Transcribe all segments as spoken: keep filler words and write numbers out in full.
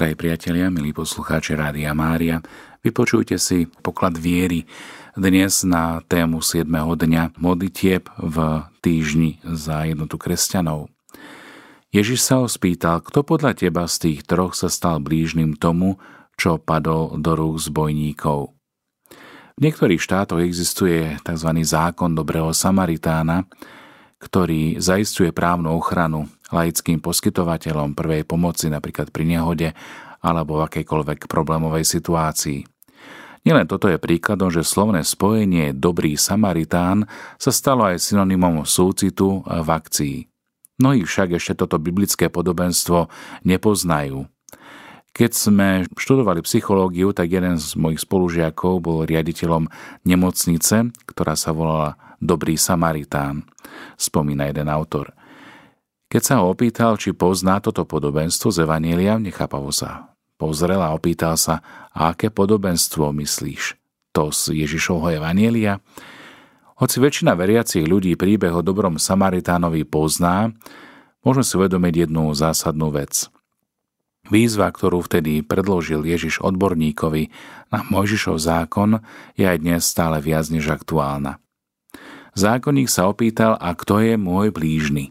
Drahí priatelia, milí poslucháči Rádia Mária, vypočujte si poklad viery dnes na tému siedmeho dňa modlitieb v týždni za jednotu kresťanov. Ježiš sa ho spýtal, kto podľa teba z tých troch sa stal blížnym tomu, čo padol do rúk zbojníkov. V niektorých štátoch existuje tzv. Zákon dobrého Samaritána, ktorý zaisťuje právnu ochranu laickým poskytovateľom prvej pomoci, napríklad pri nehode alebo v akejkoľvek problémovej situácii. Nielen toto je príkladom, že slovné spojenie dobrý Samaritán sa stalo aj synonymom súcitu v akcii. Mnohí však ešte toto biblické podobenstvo nepoznajú. Keď sme študovali psychológiu, tak jeden z mojich spolužiakov bol riaditeľom nemocnice, ktorá sa volala Dobrý Samaritán, spomína jeden autor. Keď sa ho opýtal, či pozná toto podobenstvo z Evanjelia, nechápavo sa pozrel a opýtal sa, a aké podobenstvo myslíš? To z Ježišovho Evanjelia? Hoci väčšina veriacich ľudí príbeh o dobrom Samaritánovi pozná, môžeme si uvedomiť jednu zásadnú vec. Výzva, ktorú vtedy predložil Ježiš odborníkovi na Mojžišov zákon, je aj dnes stále viac než aktuálna. Zákonník sa opýtal, a kto je môj blížny?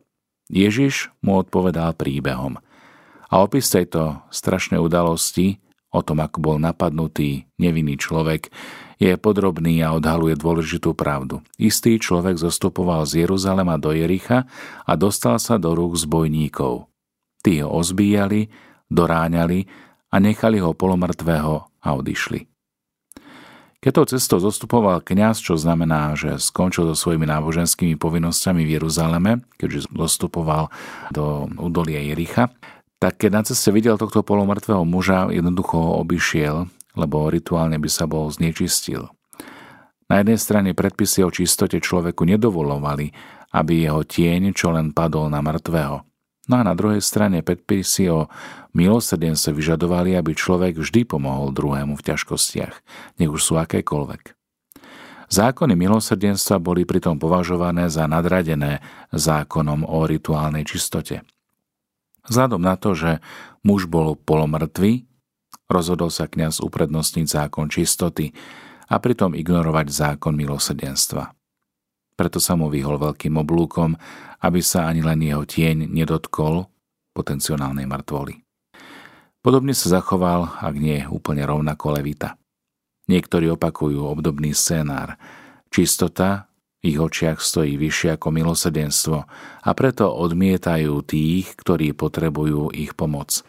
Ježiš mu odpovedal príbehom. A opis tejto strašnej udalosti, o tom, ako bol napadnutý nevinný človek, je podrobný a odhaluje dôležitú pravdu. Istý človek zostupoval z Jeruzalema do Jericha a dostal sa do rúk zbojníkov. Tí ho ozbíjali, doráňali a nechali ho polomrtvého a odišli. Keď tou cestou zostupoval kňaz, čo znamená, že skončil so svojimi náboženskými povinnosťami v Jeruzaleme, keďže zostupoval do údolia Jericha, tak keď na ceste videl tohto polomrtvého muža, jednoducho ho obišiel, lebo rituálne by sa bol znečistil. Na jednej strane predpisy o čistote človeku nedovolovali, aby jeho tieň čo len padol na mŕtvého. No a na druhej strane predpisy o milosrdenstve vyžadovali, aby človek vždy pomohol druhému v ťažkostiach, nech už sú akékoľvek. Zákony milosrdenstva boli pritom považované za nadradené zákonom o rituálnej čistote. Vzhľadom na to, že muž bol polomrtvý, rozhodol sa kňaz uprednostniť zákon čistoty a pritom ignorovať zákon milosrdenstva. Preto sa mu vyhol veľkým oblúkom, aby sa ani len jeho tieň nedotkol potenciálnej mŕtvoly. Podobne sa zachoval, ak nie úplne rovnako Levita. Niektorí opakujú obdobný scénár. Čistota v ich očiach stojí vyššie ako milosrdenstvo a preto odmietajú tých, ktorí potrebujú ich pomoc.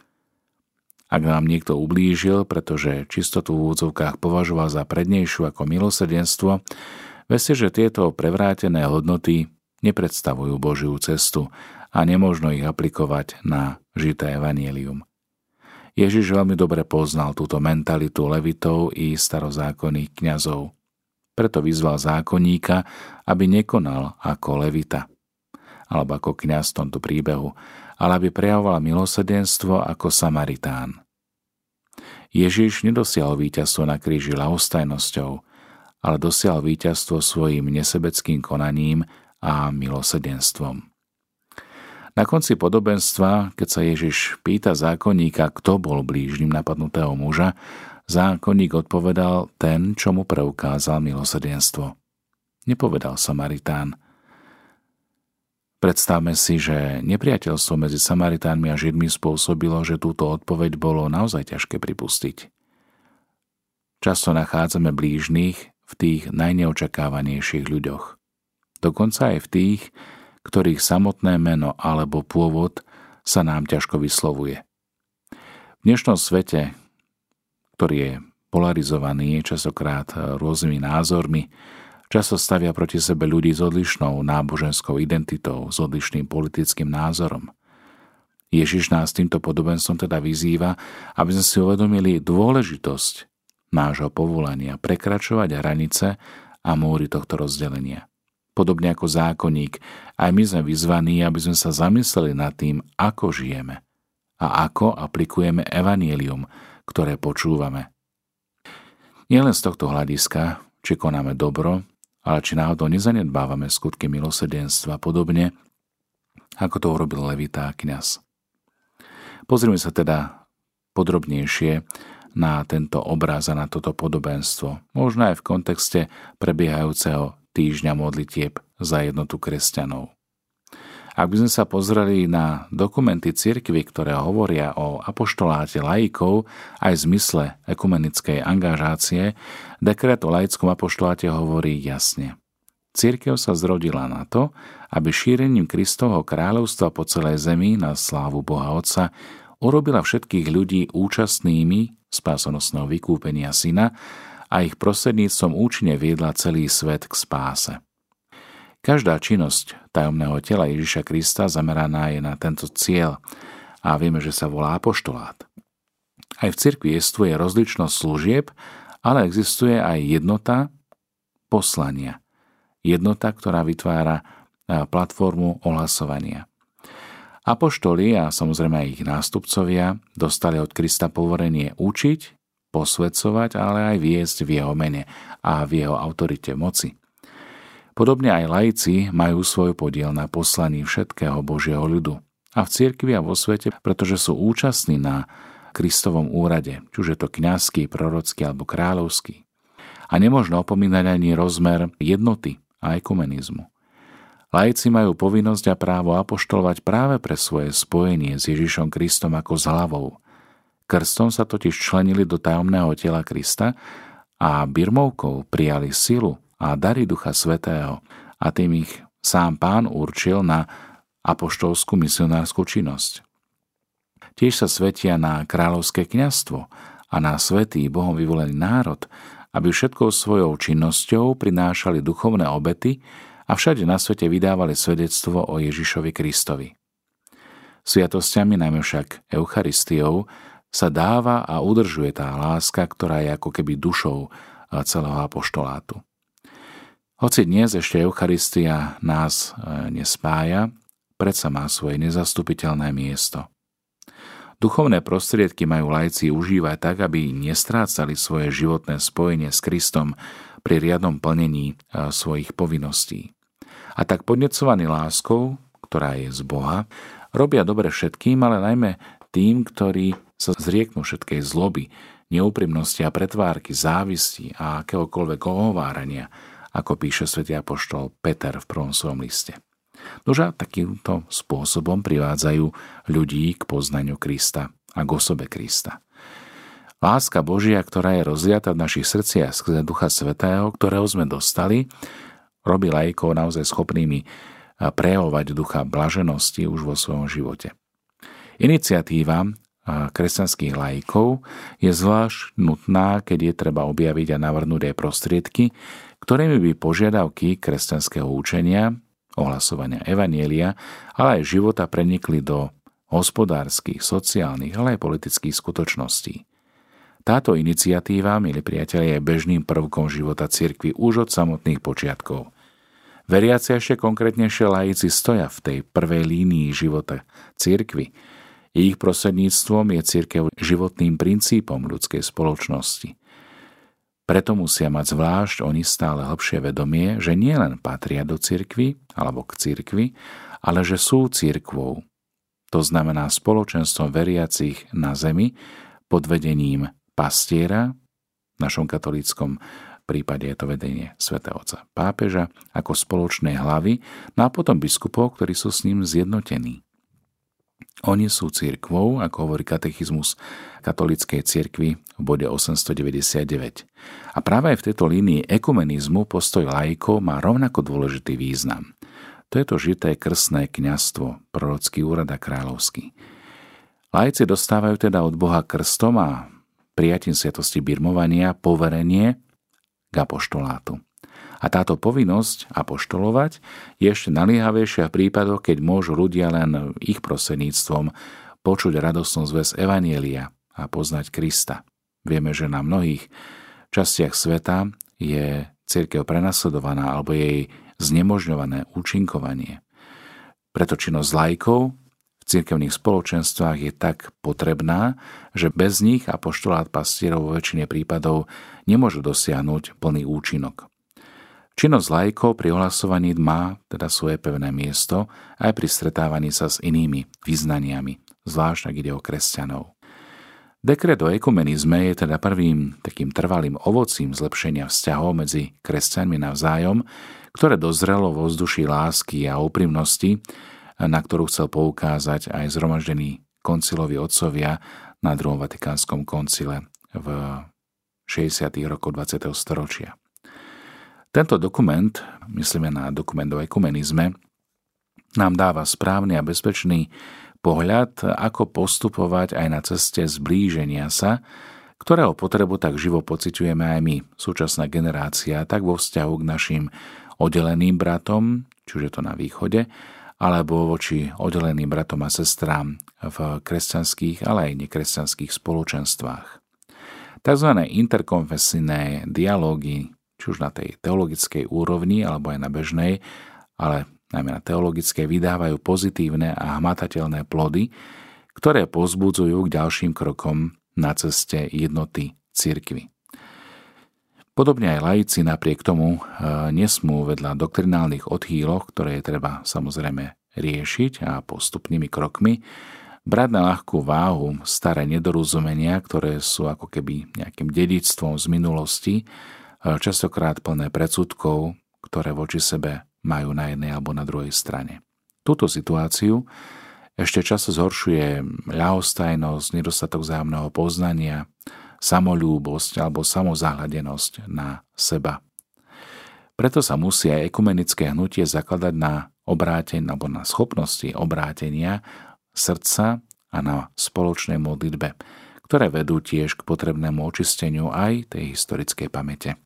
Ak nám niekto ublížil, pretože čistotu v úvodzovkách považoval za prednejšiu ako milosrdenstvo, vedzte, že tieto prevrátené hodnoty nepredstavujú Božiu cestu a nemožno ich aplikovať na žité evanjelium. Ježiš veľmi dobre poznal túto mentalitu levitov i starozákonných kňazov. Preto vyzval zákonníka, aby nekonal ako levita, alebo ako kňaz v tomto príbehu, ale aby prejavoval milosrdenstvo ako Samaritán. Ježiš nedosiahol víťazstvo na kríži ľahostajnosťou, ale dosiahol víťazstvo svojím nesebeckým konaním a milosrdenstvom. Na konci podobenstva, keď sa Ježiš pýta zákonníka, kto bol blížnym napadnutého muža, zákonník odpovedal ten, čo mu preukázal milosrdenstvo. Nepovedal Samaritán. Predstavme si, že nepriateľstvo medzi Samaritánmi a Židmi spôsobilo, že túto odpoveď bolo naozaj ťažké pripustiť. Často nachádzame blížnych v tých najneočakávanejších ľuďoch. Dokonca aj v tých, ktorých samotné meno alebo pôvod sa nám ťažko vyslovuje. V dnešnom svete, ktorý je polarizovaný častokrát rôznymi názormi, často stavia proti sebe ľudí s odlišnou náboženskou identitou, s odlišným politickým názorom. Ježiš nás týmto podobenstvom teda vyzýva, aby sme si uvedomili dôležitosť nášho povolania prekračovať hranice a múry tohto rozdelenia. Podobne ako zákonník, aj my sme vyzvaní, aby sme sa zamysleli nad tým, ako žijeme a ako aplikujeme evanjelium, ktoré počúvame. Nielen z tohto hľadiska, či konáme dobro, ale či náhodou nezanedbávame skutky milosrdenstva podobne, ako to urobil levita a kňaz. Pozrime sa teda podrobnejšie na tento obraz a na toto podobenstvo. Možno aj v kontexte prebiehajúceho týždňa modlitieb za jednotu kresťanov. Ak by sme sa pozreli na dokumenty cirkvi, ktoré hovoria o apoštoláte laikov aj v zmysle ekumenickej angažácie, dekret o laickom apoštoláte hovorí jasne. Cirkev sa zrodila na to, aby šírením Kristovho kráľovstva po celej zemi na slávu Boha Otca urobila všetkých ľudí účastnými spásonosného vykúpenia Syna a ich prostredníctvom účinne viedla celý svet k spáse. Každá činnosť tajomného tela Ježiša Krista zameraná je na tento cieľ a vieme, že sa volá apoštolát. Aj v cirkvi existuje rozličnosť služieb, ale existuje aj jednota poslania. Jednota, ktorá vytvára platformu ohlasovania. Apoštoli a samozrejme aj ich nástupcovia dostali od Krista poverenie učiť, posvedcovať, ale aj viesť v jeho mene a v jeho autorite moci. Podobne aj laici majú svoj podiel na poslaní všetkého Božieho ľudu a v cirkvi a vo svete, pretože sú účastní na Kristovom úrade, či už je to kňazský, prorocký alebo kráľovský. A nemožno opomínať ani rozmer jednoty a ekumenizmu. Laici majú povinnosť a právo apoštolovať práve pre svoje spojenie s Ježišom Kristom ako s hlavou. Krstom sa totiž členili do tajomného tela Krista a birmovkou prijali silu a dary Ducha Svätého a tým ich sám Pán určil na apoštolskú misionárskú činnosť. Tiež sa svetia na kráľovské kňazstvo a na svätý Bohom vyvolený národ, aby všetkou svojou činnosťou prinášali duchovné obety a všade na svete vydávali svedectvo o Ježišovi Kristovi. Sviatosťami, najmä však Eucharistiou, sa dáva a udržuje tá láska, ktorá je ako keby dušou celého apoštolátu. Hoci dnes ešte Eucharistia nás nespája, predsa má svoje nezastupiteľné miesto. Duchovné prostriedky majú laici užívať tak, aby nestrácali svoje životné spojenie s Kristom pri riadnom plnení svojich povinností. A tak podnecovaní láskou, ktorá je z Boha, robia dobre všetkým, ale najmä tým, ktorí sa zrieknú všetkej zloby, neúprimnosti a pretvárky, závisti a akéhokoľvek ohovárania, ako píše svätý apoštol Peter v prvom svojom liste. Nože takýmto spôsobom privádzajú ľudí k poznaniu Krista a k osobe Krista. Láska Božia, ktorá je rozliata v našich srdciach skrze Ducha Svätého, ktorého sme dostali, robí laikov naozaj schopnými prejavovať ducha blaženosti už vo svojom živote. Iniciatíva kresťanských laikov je zvlášť nutná, keď je treba objaviť a navrhnúť aj prostriedky, ktorými by požiadavky kresťanského učenia, ohlasovania evanjelia, ale aj života prenikli do hospodárskych, sociálnych, ale aj politických skutočností. Táto iniciatíva, milí priatelia, je bežným prvkom života cirkvi už od samotných počiatkov. Veriaci ešte konkrétnejšie laici stoja v tej prvej línii života cirkvi. Ich prostredníctvom je cirkev životným princípom ľudskej spoločnosti. Preto musia mať zvlášť oni stále hlbšie vedomie, že nielen patria do cirkvi alebo k cirkvi, ale že sú cirkvou. To znamená spoločenstvom veriacich na zemi pod vedením pastiera, v našom katolíckom prípade je to vedenie svätého Otca pápeža, ako spoločnej hlavy, no a potom biskupov, ktorí sú s ním zjednotení. Oni sú cirkvou, ako hovorí katechizmus katolíckej cirkvi v bode osemstodeväťdesiatdeväť. A práve aj v tejto línii ekumenizmu postoj laikov má rovnako dôležitý význam. To je to žité krstné kňazstvo, prorocký úrad a kráľovský. Laici dostávajú teda od Boha krstom a prijatím sviatosti birmovania poverenie k apoštolátu. A táto povinnosť apoštolovať je ešte naliehavejšia v prípadoch, keď môžu ľudia len ich prostredníctvom počuť radostnú zvesť evanjelia a poznať Krista. Vieme, že na mnohých častiach sveta je cirkev prenasledovaná alebo jej znemožňované účinkovanie. Preto činnosť laikov v cirkevných spoločenstvách je tak potrebná, že bez nich apoštolát pastierov vo väčšine prípadov nemôže dosiahnuť plný účinok. Činnosť laikov pri ohlasovaní má teda svoje pevné miesto aj pri stretávaní sa s inými vyznaniami, zvlášť ak ide o kresťanov. Dekret o ekumenizme je teda prvým takým trvalým ovocím zlepšenia vzťahov medzi kresťanmi navzájom, ktoré dozrelo vo vzduší lásky a úprimnosti, na ktorú chcel poukázať aj zhromaždení konciloví otcovia na druhom Vatikánskom koncile v šesťdesiatych rokoch dvadsiateho storočia. Tento dokument, myslíme na dokument o ekumenizme, nám dáva správny a bezpečný pohľad, ako postupovať aj na ceste zblíženia sa, ktorého potrebu tak živo pociťujeme aj my, súčasná generácia, tak vo vzťahu k našim oddeleným bratom, či už je to na východe, alebo voči oddeleným bratom a sestrám v kresťanských, ale aj nekresťanských spoločenstvách. Takzvané interkonfesijné dialógy, či už na tej teologickej úrovni, alebo aj na bežnej, ale najmä na teologické, vydávajú pozitívne a hmatateľné plody, ktoré povzbudzujú k ďalším krokom na ceste jednoty cirkvi. Podobne aj laici napriek tomu nesmú vedľa doktrinálnych odchýloch, ktoré je treba samozrejme riešiť a postupnými krokmi, brať na ľahkú váhu staré nedorozumenia, ktoré sú ako keby nejakým dedičstvom z minulosti, častokrát plné predsudkov, ktoré voči sebe majú na jednej alebo na druhej strane. Túto situáciu ešte často zhoršuje ľahostajnosť, nedostatok vzájomného poznania, samolúbosť alebo samozahľadenosť na seba. Preto sa musí aj ekumenické hnutie zakladať na obrátenie alebo na schopnosti obrátenia srdca a na spoločnej modlitbe, ktoré vedú tiež k potrebnému očisteniu aj tej historickej pamäte.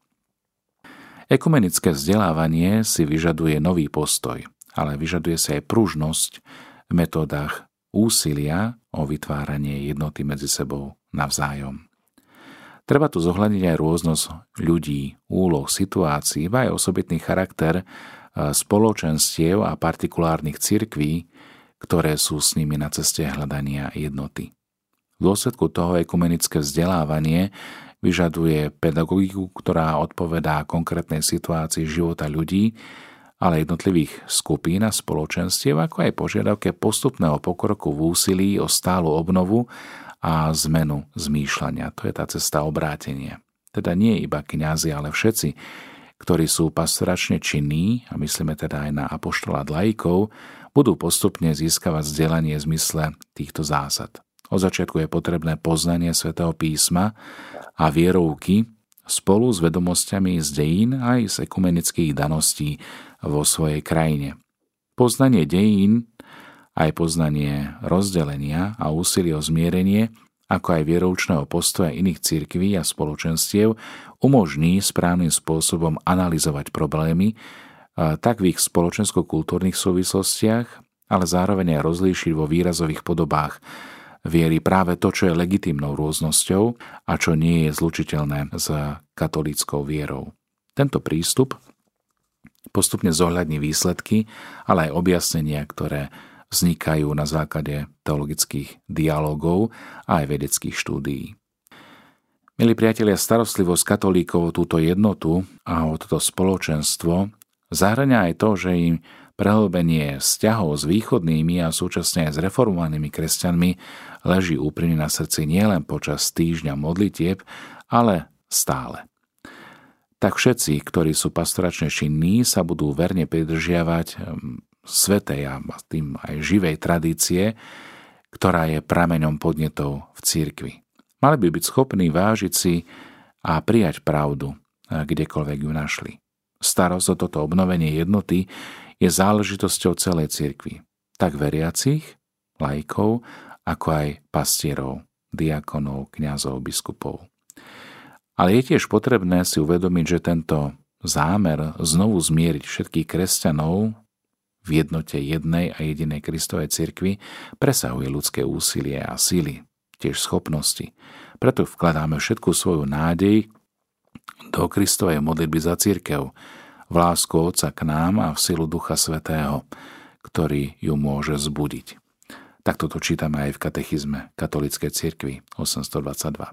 Ekumenické vzdelávanie si vyžaduje nový postoj, ale vyžaduje si aj pružnosť v metódach úsilia o vytváranie jednoty medzi sebou navzájom. Treba tu zohľadniť aj rôznosť ľudí, úloh, situácií, aj osobitný charakter spoločenstiev a partikulárnych cirkví, ktoré sú s nimi na ceste hľadania jednoty. V dôsledku toho ekumenické vzdelávanie vyžaduje pedagogiku, ktorá odpovedá konkrétnej situácii života ľudí, ale jednotlivých skupín a spoločenstiev, ako aj požiadavke postupného pokroku v úsilí o stálu obnovu a zmenu zmýšľania. To je tá cesta obrátenia. Teda nie iba kňazi, ale všetci, ktorí sú pastoračne činní, a myslíme teda aj na apoštolát laikov, budú postupne získavať vzdelanie v zmysle týchto zásad. Od začiatku je potrebné poznanie Svätého písma a vierovky spolu s vedomosťami z dejín aj z ekumenických daností vo svojej krajine. Poznanie dejín, aj poznanie rozdelenia a úsilie o zmierenie, ako aj vieroučného postoja iných cirkví a spoločenstiev umožní správnym spôsobom analyzovať problémy tak v ich spoločensko-kultúrnych súvislostiach, ale zároveň aj rozlíšiť vo výrazových podobách viery práve to, čo je legitímnou rôznosťou a čo nie je zlučiteľné s katolíckou vierou. Tento prístup postupne zohľadní výsledky, ale aj objasnenia, ktoré vznikajú na základe teologických dialógov a aj vedeckých štúdií. Milí priatelia, starostlivosť katolíkov o túto jednotu a o toto spoločenstvo zahŕňa aj to, že im prehlbenie vzťahov s východnými a súčasne aj s reformovanými kresťanmi leží úprimne na srdci nielen počas týždňa modlitieb, ale stále. Tak všetci, ktorí sú pastoračne činní, sa budú verne pridržiavať svätej a tým aj živej tradície, ktorá je prameňom podnetov v cirkvi. Mali by byť schopní vážiť si a prijať pravdu, kdekoľvek ju našli. Starosť o toto obnovenie jednoty je záležitosťou celej cirkvi, tak veriacich, laikov, ako aj pastierov, diakonov, kňazov, biskupov. Ale je tiež potrebné si uvedomiť, že tento zámer znovu zmieriť všetkých kresťanov v jednote jednej a jedinej Kristovej cirkvi presahuje ľudské úsilie a síly, tiež schopnosti. Preto vkladáme všetku svoju nádej do Kristovej modlitby za cirkev, v lásku Otca k nám a v silu Ducha Svätého, ktorý ju môže zbudiť. Takto to čítame aj v katechizme katolíckej cirkvi osemstodvadsaťdva.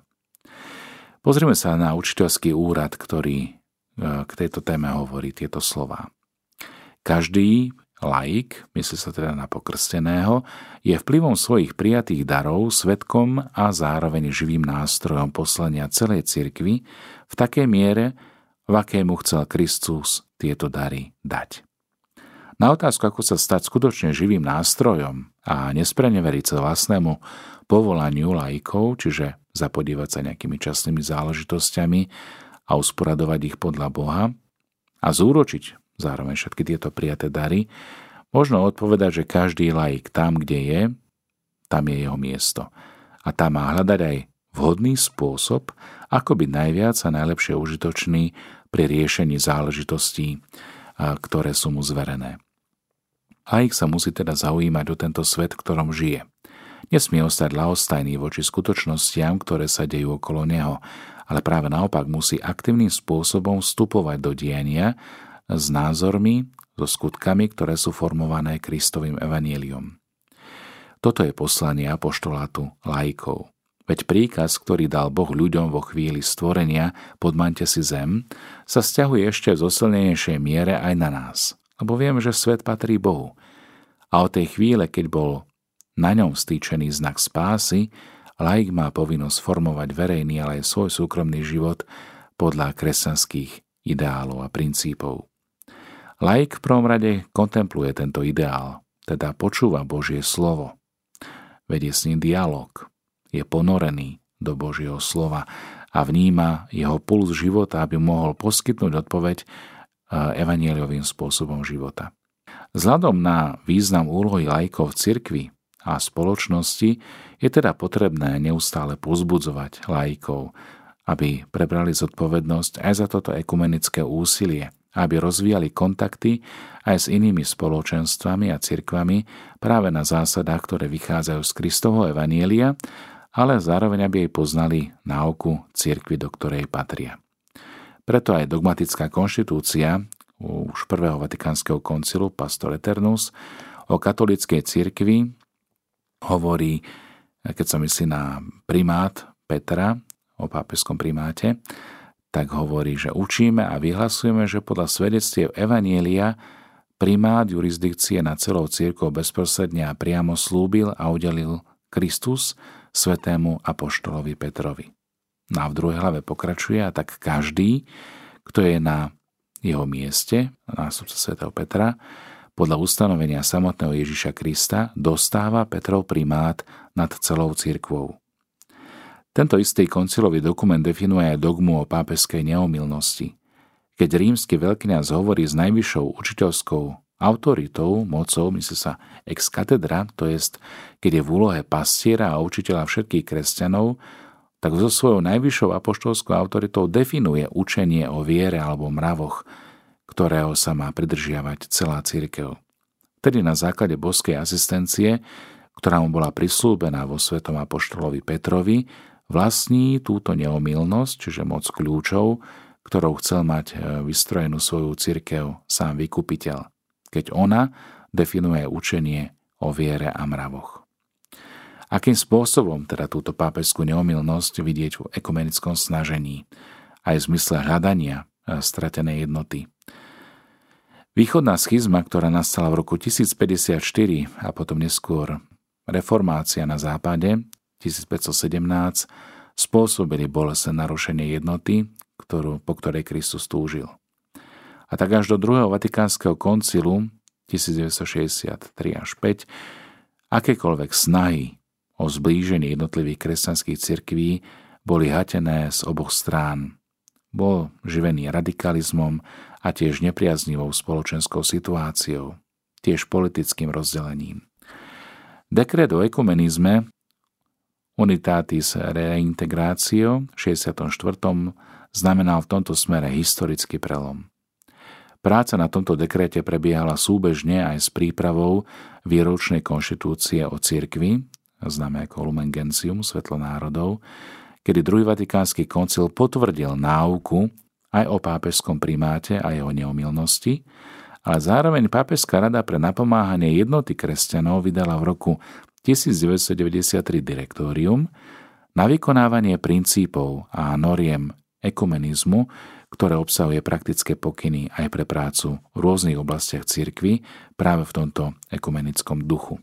Pozrime sa na učiteľský úrad, ktorý k tejto téme hovorí tieto slová. Každý laik, myslí sa teda na pokrsteného, je vplyvom svojich prijatých darov svedkom a zároveň živým nástrojom poslania celej cirkvi v takej miere, v akej mu chcel Kristus tieto dary dať. Na otázku, ako sa stať skutočne živým nástrojom a nespreneveriť sa vlastnému povolaniu laikov, čiže zapodívať sa nejakými časnými záležitosťami a usporadovať ich podľa Boha a zúročiť zároveň všetky tieto prijaté dary, možno odpovedať, že každý laik tam, kde je, tam je jeho miesto. A tam má hľadať aj vhodný spôsob, ako byť najviac a najlepšie užitočný pri riešení záležitostí, ktoré sú mu zverené. Laik sa musí teda zaujímať o tento svet, v ktorom žije. Nesmie ostať ľahostajný voči skutočnostiam, ktoré sa dejú okolo neho, ale práve naopak musí aktívnym spôsobom vstupovať do diania s názormi, so skutkami, ktoré sú formované Kristovým evanjeliom. Toto je poslanie apoštolátu laikov. Veď príkaz, ktorý dal Boh ľuďom vo chvíli stvorenia podmaňte si zem, sa vzťahuje ešte v zosilnenejšej miere aj na nás. Lebo vieme, že svet patrí Bohu. A od tej chvíle, keď bol na ňom stýčený znak spásy, laik má povinnosť formovať verejný, ale aj svoj súkromný život podľa kresťanských ideálov a princípov. Laik v prvom rade kontempluje tento ideál, teda počúva Božie slovo. Vedie s ním dialog, je ponorený do Božieho slova a vníma jeho puls života, aby mohol poskytnúť odpoveď evanjeliovým spôsobom života. Vzhľadom na význam úlohy laikov v cirkvi a spoločnosti je teda potrebné neustále povzbudzovať laikov, aby prebrali zodpovednosť aj za toto ekumenické úsilie, aby rozvíjali kontakty aj s inými spoločenstvami a cirkvami práve na zásadách, ktoré vychádzajú z Kristovho evanjelia, ale zároveň aby aj poznali náuku cirkvi, do ktorej patria. Preto aj dogmatická konštitúcia už prvého Vatikánskeho koncilu Pastor Eternus o katolíckej cirkvi hovorí, keď sa myslí na primát Petra, o pápežskom primáte, tak hovorí, že učíme a vyhlasujeme, že podľa svedectiev evanjelia primát jurisdikcie nad celou cirkvou bezprostredne a priamo slúbil a udelil Kristus svätému apoštolovi Petrovi. No a v druhej hlave pokračuje, a tak každý, kto je na jeho mieste, nástupca svätého Petra, podľa ustanovenia samotného Ježiša Krista dostáva Petrov primát nad celou cirkvou. Tento istý koncilový dokument definuje aj dogmu o pápežskej neomylnosti. Keď rímsky veľkňaz hovorí s najvyššou učiteľskou autoritou, mocou, myslí sa ex cathedra, to jest, keď je v úlohe pastiera a učiteľa všetkých kresťanov, tak so svojou najvyššou apoštolskou autoritou definuje učenie o viere alebo mravoch, ktorého sa má pridržiavať celá cirkev. Tedy na základe božskej asistencie, ktorá mu bola prislúbená vo svetom apoštolovi Petrovi, vlastní túto neomylnosť, čiže moc kľúčov, ktorou chcel mať vystrojenú svoju cirkev sám vykupiteľ, keď ona definuje učenie o viere a mravoch. Akým spôsobom teda túto pápežskú neomylnosť vidieť v ekumenickom snažení, aj v zmysle hľadania stratenej jednoty? Východná schizma, ktorá nastala v roku tisícpäťdesiatštyri a potom neskôr reformácia na západe tisícpäťstosedemnásť, spôsobili bolestné narušenie jednoty, ktorú, po ktorej Kristus túžil. A tak až do druhého Vatikánskeho koncilu tisícdeväťstošesťdesiattri až päť akékoľvek snahy o zblíženie jednotlivých kresťanských cirkví boli hatené z oboch strán. Bol živený radikalizmom a tiež nepriaznivou spoločenskou situáciou, tiež politickým rozdelením. Dekret o ekumenizme Unitatis Reintegratio v šesťdesiatom štvrtom znamenal v tomto smere historický prelom. Práca na tomto dekréte prebiehala súbežne aj s prípravou výročnej konštitúcie o cirkvi, známe ako Lumen Gentium, svetlo národov, kedy druhý Vatikánsky koncil potvrdil náuku aj o pápežskom primáte a jeho neomylnosti, ale zároveň Pápežská rada pre napomáhanie jednoty kresťanov vydala v roku tisícdeväťstodeväťdesiattri direktórium na vykonávanie princípov a noriem ekumenizmu, ktoré obsahuje praktické pokyny aj pre prácu v rôznych oblastiach cirkvi práve v tomto ekumenickom duchu.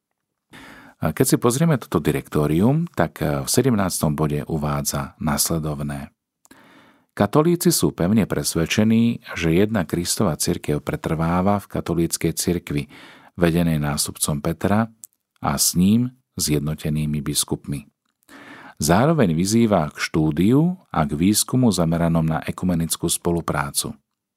Keď si pozrieme toto direktórium, tak v sedemnástom bode uvádza nasledovné. Katolíci sú pevne presvedčení, že jedna Kristova cirkev pretrváva v katolíckej cirkvi, vedenej nástupcom Petra a s ním zjednotenými biskupmi. Zároveň vyzýva k štúdiu a k výskumu zameranom na ekumenickú spoluprácu.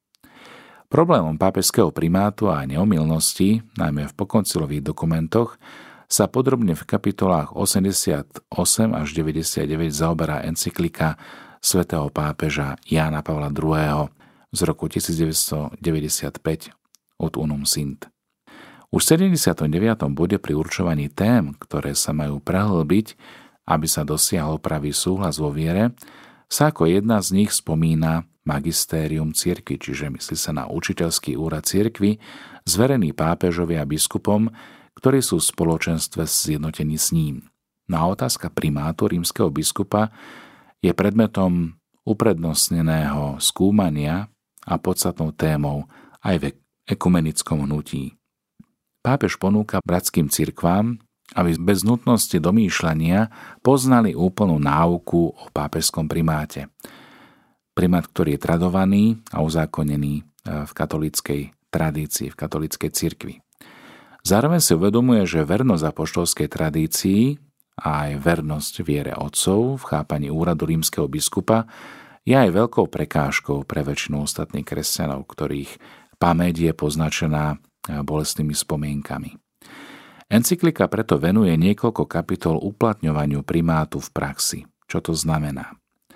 Problémom pápežského primátu a neomylnosti, najmä v pokoncilových dokumentoch, sa podrobne v kapitolách osemdesiatosem až deväťdesiatdeväť zaoberá encyklika svätého pápeža Jána Pavla druhého. z roku devätnásťstodeväťdesiatpäť Ut Unum Sint. Už v sedemdesiatom deviatom bode pri určovaní tém, ktoré sa majú prehlbiť, aby sa dosiahol pravý súhlas vo viere, sa ako jedna z nich spomína magistérium cirkvi, čiže myslí sa na učiteľský úrad cirkvi, zverený pápežovi a biskupom, ktorí sú v spoločenstve zjednotení s ním. No a otázka primátu rímskeho biskupa je predmetom uprednostneného skúmania a podstatnou témou aj v ekumenickom hnutí. Pápež ponúka bratským cirkvám, aby bez nutnosti domýšľania poznali úplnú náuku o pápežskom primáte. Primát, ktorý je tradovaný a uzákonený v katolíckej tradícii, v katolíckej cirkvi. Zároveň si uvedomuje, že vernosť apoštolskej tradícii a aj vernosť viere otcov v chápaní úradu rímskeho biskupa je aj veľkou prekážkou pre väčšinu ostatných kresťanov, ktorých pamäť je poznačená bolestnými spomienkami. Encyklika preto venuje niekoľko kapitol uplatňovaniu primátu v praxi. Čo to znamená?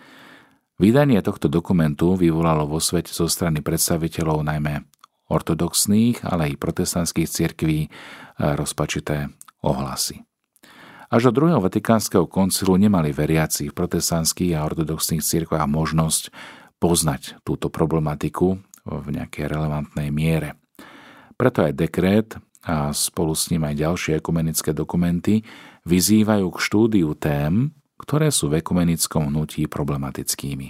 Vydanie tohto dokumentu vyvolalo vo svete zo strany predstaviteľov najmä ortodoxných, ale aj protestantských cirkví rozpačité ohlasy. Až do druhého vatikánskeho koncilu nemali veriaci v protestantských a ortodoxných cirkvách možnosť poznať túto problematiku v nejakej relevantnej miere. Preto aj dekrét a spolu s ním aj ďalšie ekumenické dokumenty vyzývajú k štúdiu tém, ktoré sú v ekumenickom hnutí problematickými.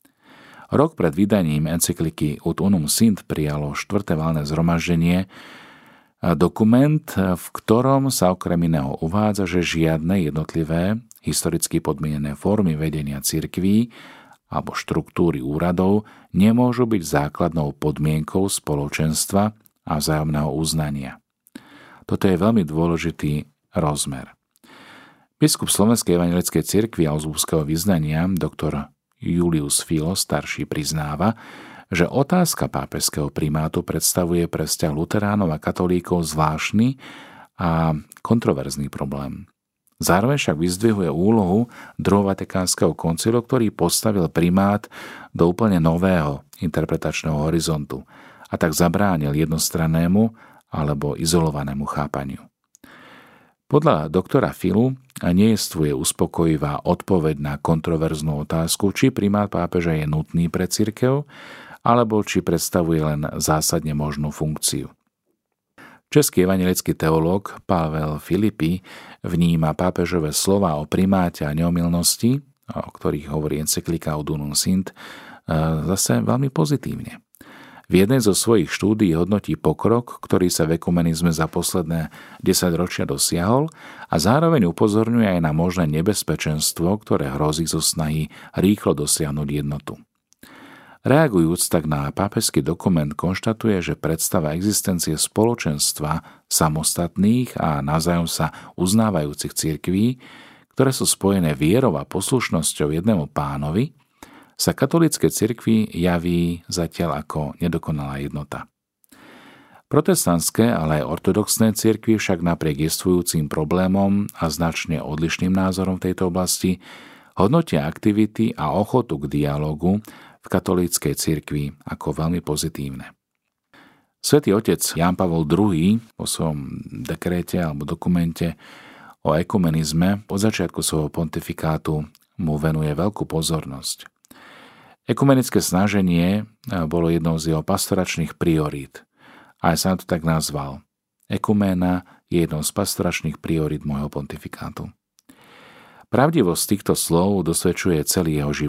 Rok pred vydaním encykliky Ut Unum Sint prijalo štvrté valné zhromaždenie dokument, v ktorom sa okrem iného uvádza, že žiadne jednotlivé historicky podmienené formy vedenia cirkví alebo štruktúry úradov nemôžu byť základnou podmienkou spoločenstva a vzájomného uznania. Toto je veľmi dôležitý rozmer. Biskup Slovenskej evanjelickej cirkvi a Augsburského vyznania, doktor Julius Filo starší, priznáva, že otázka pápežského primátu predstavuje pre vzťah luteránov a katolíkov zvláštny a kontroverzný problém. Zároveň však vyzdvihuje úlohu druhého vatikánskeho koncilu, ktorý postavil primát do úplne nového interpretačného horizontu a tak zabránil jednostrannému alebo izolovanému chápaniu. Podľa doktora Filu nejestvuje uspokojivá odpoveď na kontroverznú otázku, či primát pápeža je nutný pre cirkev, alebo či predstavuje len zásadne možnú funkciu. Český evanjelický teológ Pavel Filipi vníma pápežové slova o primáte a neomylnosti, o ktorých hovorí encyklika Ut Unum Sint, zase veľmi pozitívne. V jednej zo svojich štúdií hodnotí pokrok, ktorý sa v ekumenizme za posledné desaťročia dosiahol a zároveň upozorňuje aj na možné nebezpečenstvo, ktoré hrozí zo snahy rýchlo dosiahnuť jednotu. Reagujúc tak na pápežský dokument konštatuje, že predstava existencie spoločenstva samostatných a navzájom sa uznávajúcich cirkví, ktoré sú spojené vierou a poslušnosťou jednému pánovi, sa katolíckej cirkvi javí zatiaľ ako nedokonalá jednota. Protestantské, ale aj ortodoxné cirkvi však napriek jestvujúcim problémom a značne odlišným názorom v tejto oblasti hodnotia aktivity a ochotu k dialógu v katolíckej cirkvi ako veľmi pozitívne. Svätý otec Ján Pavol druhý vo svojom dekréte alebo dokumente o ekumenizme od začiatku svojho pontifikátu mu venuje veľkú pozornosť. Ekumenické snaženie bolo jednou z jeho pastoračných priorít. Aj sa to tak nazval. Ekuména je jednou z pastoračných priorít môjho pontifikátu. Pravdivosť týchto slov dosvedčuje celý jeho život.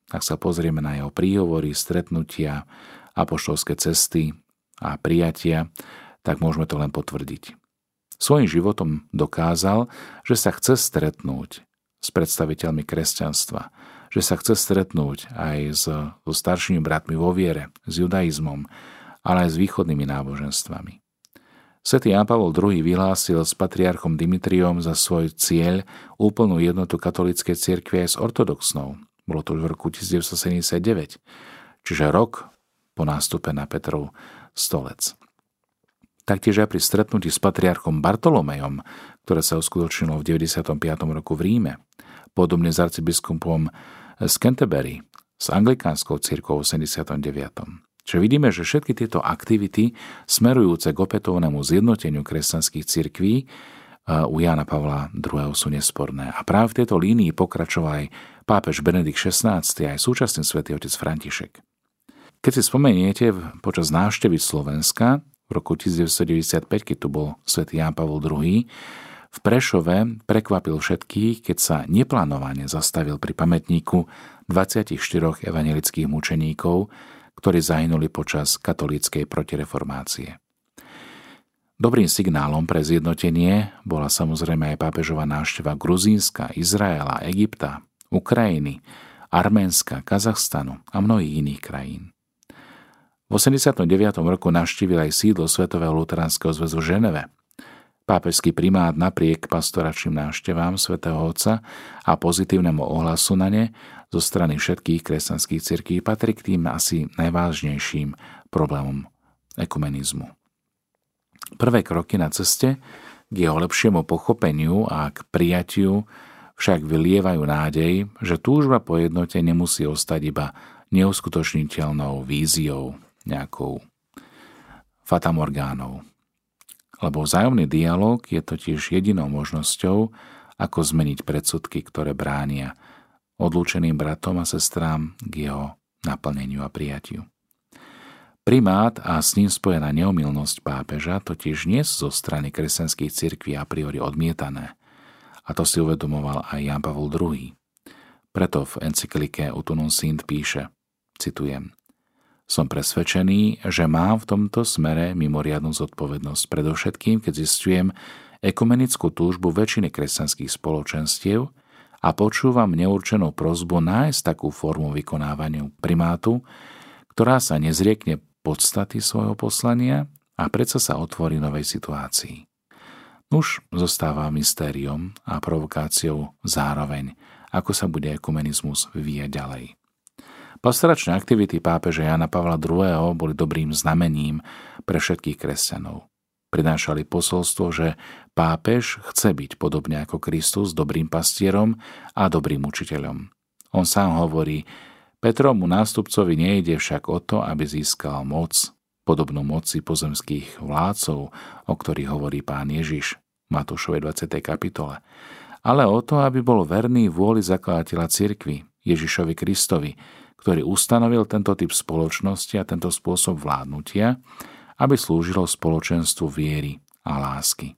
Ak sa pozrieme na jeho príhovory, stretnutia, apoštolské cesty a prijatia, tak môžeme to len potvrdiť. Svojím životom dokázal, že sa chce stretnúť s predstaviteľmi kresťanstva, že sa chce stretnúť aj s, so staršími bratmi vo viere, s judaizmom, ale aj s východnými náboženstvami. Svätý Ján Pavol druhý. Vyhlásil s patriarchom Dimitriom za svoj cieľ úplnú jednotu katolíckej cirkvi aj s ortodoxnou. Bolo to už v roku devätnásťsedemdesiatdeväť, čiže rok po nástupe na Petrov stolec. Taktiež aj pri stretnutí s patriarchom Bartolomejom, ktoré sa uskutočnilo v deväťdesiatom piatom roku v Ríme, podobne s arcibiskupom z Canterbury, s anglikánskou cirkvou v osemdesiatom deviatom Čiže vidíme, že všetky tieto aktivity smerujúce k opätovnému zjednoteniu kresťanských cirkví u Jána Pavla druhého. sú nesporné. A práve v tejto línii pokračoval aj pápež Benedikt šestnásty. aj súčasný svätý otec František. Keď si spomeniete, počas návštevy Slovenska v roku devätnásťdeväťdesiatpäť, keď tu bol svätý Ján Pavol druhý., v Prešove prekvapil všetkých, keď sa neplánovane zastavil pri pamätníku dvadsaťštyri evanjelických mučeníkov, ktorí zahynuli počas katolíckej protireformácie. Dobrým signálom pre zjednotenie bola samozrejme aj pápežová návšteva Gruzínska, Izraela, Egypta, Ukrajiny, Arménska, Kazachstanu a mnohých iných krajín. V osemdesiatom deviatom roku navštívil aj sídlo Svetového luteránskeho zväzu v Ženeve. Pápežský primát napriek pastoračným návštevám svätého Otca a pozitívnemu ohlasu na ne zo strany všetkých kresťanských cirkví patrí k tým asi najvážnejším problémom ekumenizmu. Prvé kroky na ceste k jeho lepšiemu pochopeniu a k prijatiu však vylievajú nádej, že túžba po jednote nemusí ostať iba neuskutočniteľnou víziou, nejakou fatamorgánou. Lebo vzájomný dialóg je totiž jedinou možnosťou, ako zmeniť predsudky, ktoré bránia odlúčeným bratom a sestrám k jeho naplneniu a prijatiu. Primát a s ním spojená neomylnosť pápeža totiž nie sú zo strany kresťanských cirkví a priori odmietané. A to si uvedomoval aj Ján Pavol druhý. Preto v encyklike Ut Unum Sint píše, citujem, Som presvedčený, že mám v tomto smere mimoriadnu zodpovednosť, predovšetkým, keď zistujem ekumenickú túžbu väčšiny kresťanských spoločenstiev a počúvam neurčenú prosbu nájsť takú formu vykonávania primátu, ktorá sa nezriekne podstaty svojho poslania a predsa sa otvorí novej situácii. Nuž zostáva mystériom a provokáciou zároveň, ako sa bude ekumenizmus vyvíjať ďalej. Pastoračné aktivity pápeža Jána Pavla druhého. boli dobrým znamením pre všetkých kresťanov. Prinášali posolstvo, že pápež chce byť podobne ako Kristus dobrým pastierom a dobrým učiteľom. On sám hovorí, Petrovmu nástupcovi nejde však o to, aby získal moc, podobnú moci pozemských vládcov, o ktorých hovorí pán Ježiš v Matúšovej dvadsiatej kapitole, ale o to, aby bol verný vôli zakladateľa cirkvi, Ježišovi Kristovi, ktorý ustanovil tento typ spoločnosti a tento spôsob vládnutia, aby slúžilo spoločenstvu viery a lásky.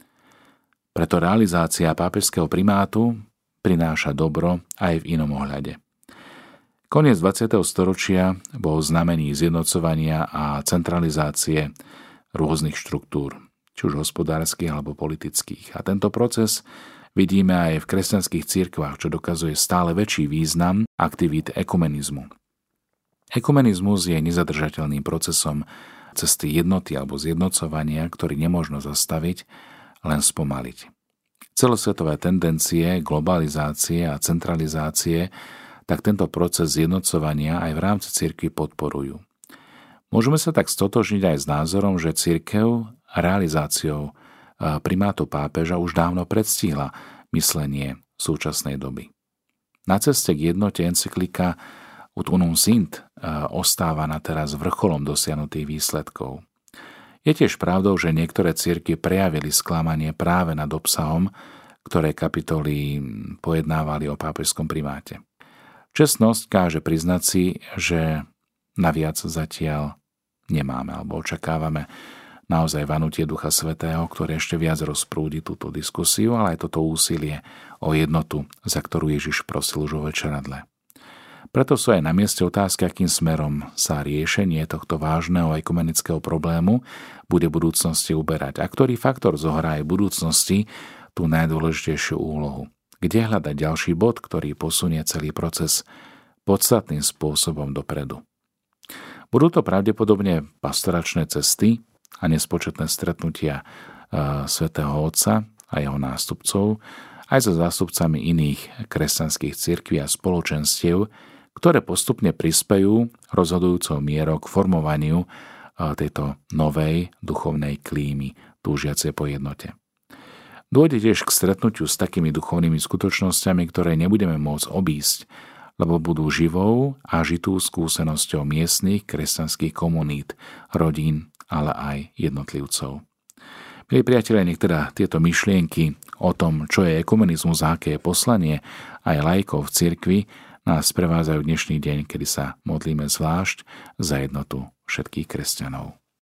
Preto realizácia pápežského primátu prináša dobro aj v inom ohľade. Koniec dvadsiateho storočia bol znamení zjednocovania a centralizácie rôznych štruktúr, či už hospodárskych alebo politických. A tento proces vidíme aj v kresťanských cirkvách, čo dokazuje stále väčší význam aktivít ekumenizmu. Ekumenizmus je nezadržateľným procesom cesty jednoty alebo zjednocovania, ktorý nemožno zastaviť, len spomaliť. Celosvetové tendencie, globalizácie a centralizácie tak tento proces zjednocovania aj v rámci cirkvi podporujú. Môžeme sa tak stotožniť aj s názorom, že cirkev realizáciou primátu pápeža už dávno predstihla myslenie súčasnej doby. Na ceste k jednote encyklika Ut Unum Sint ostáva na teraz vrcholom dosiahnutých výsledkov. Je tiež pravdou, že niektoré cirkvi prejavili sklamanie práve nad obsahom, ktoré kapitoly pojednávali o pápežskom primáte. Čestnosť káže priznať si, že naviac zatiaľ nemáme alebo očakávame naozaj vanutie Ducha Svätého, ktoré ešte viac rozprúdi túto diskusiu, ale aj toto úsilie o jednotu, za ktorú Ježiš prosil už vo večeradle. Preto sú aj na mieste otázky, akým smerom sa riešenie tohto vážneho ekumenického problému bude v budúcnosti uberať a ktorý faktor zohrá aj v budúcnosti tú najdôležitejšiu úlohu. Kde hľadať ďalší bod, ktorý posunie celý proces podstatným spôsobom dopredu. Budú to pravdepodobne pastoračné cesty a nespočetné stretnutia e, svätého Otca a jeho nástupcov, aj so zástupcami iných kresťanských cirkví a spoločenstiev, ktoré postupne prispejú rozhodujúcou mierou k formovaniu tejto novej duchovnej klímy, túžiacej po jednote. Dôjde tiež k stretnutiu s takými duchovnými skutočnosťami, ktoré nebudeme môcť obísť, lebo budú živou a žitú skúsenosťou miestnych kresťanských komunít, rodín, ale aj jednotlivcov. Milí priatelia, nech teda tieto myšlienky o tom, čo je ekumenizmus a aké je poslanie aj laikov v cirkvi, nás prevádzajú dnešný deň, kedy sa modlíme zvlášť za jednotu všetkých kresťanov.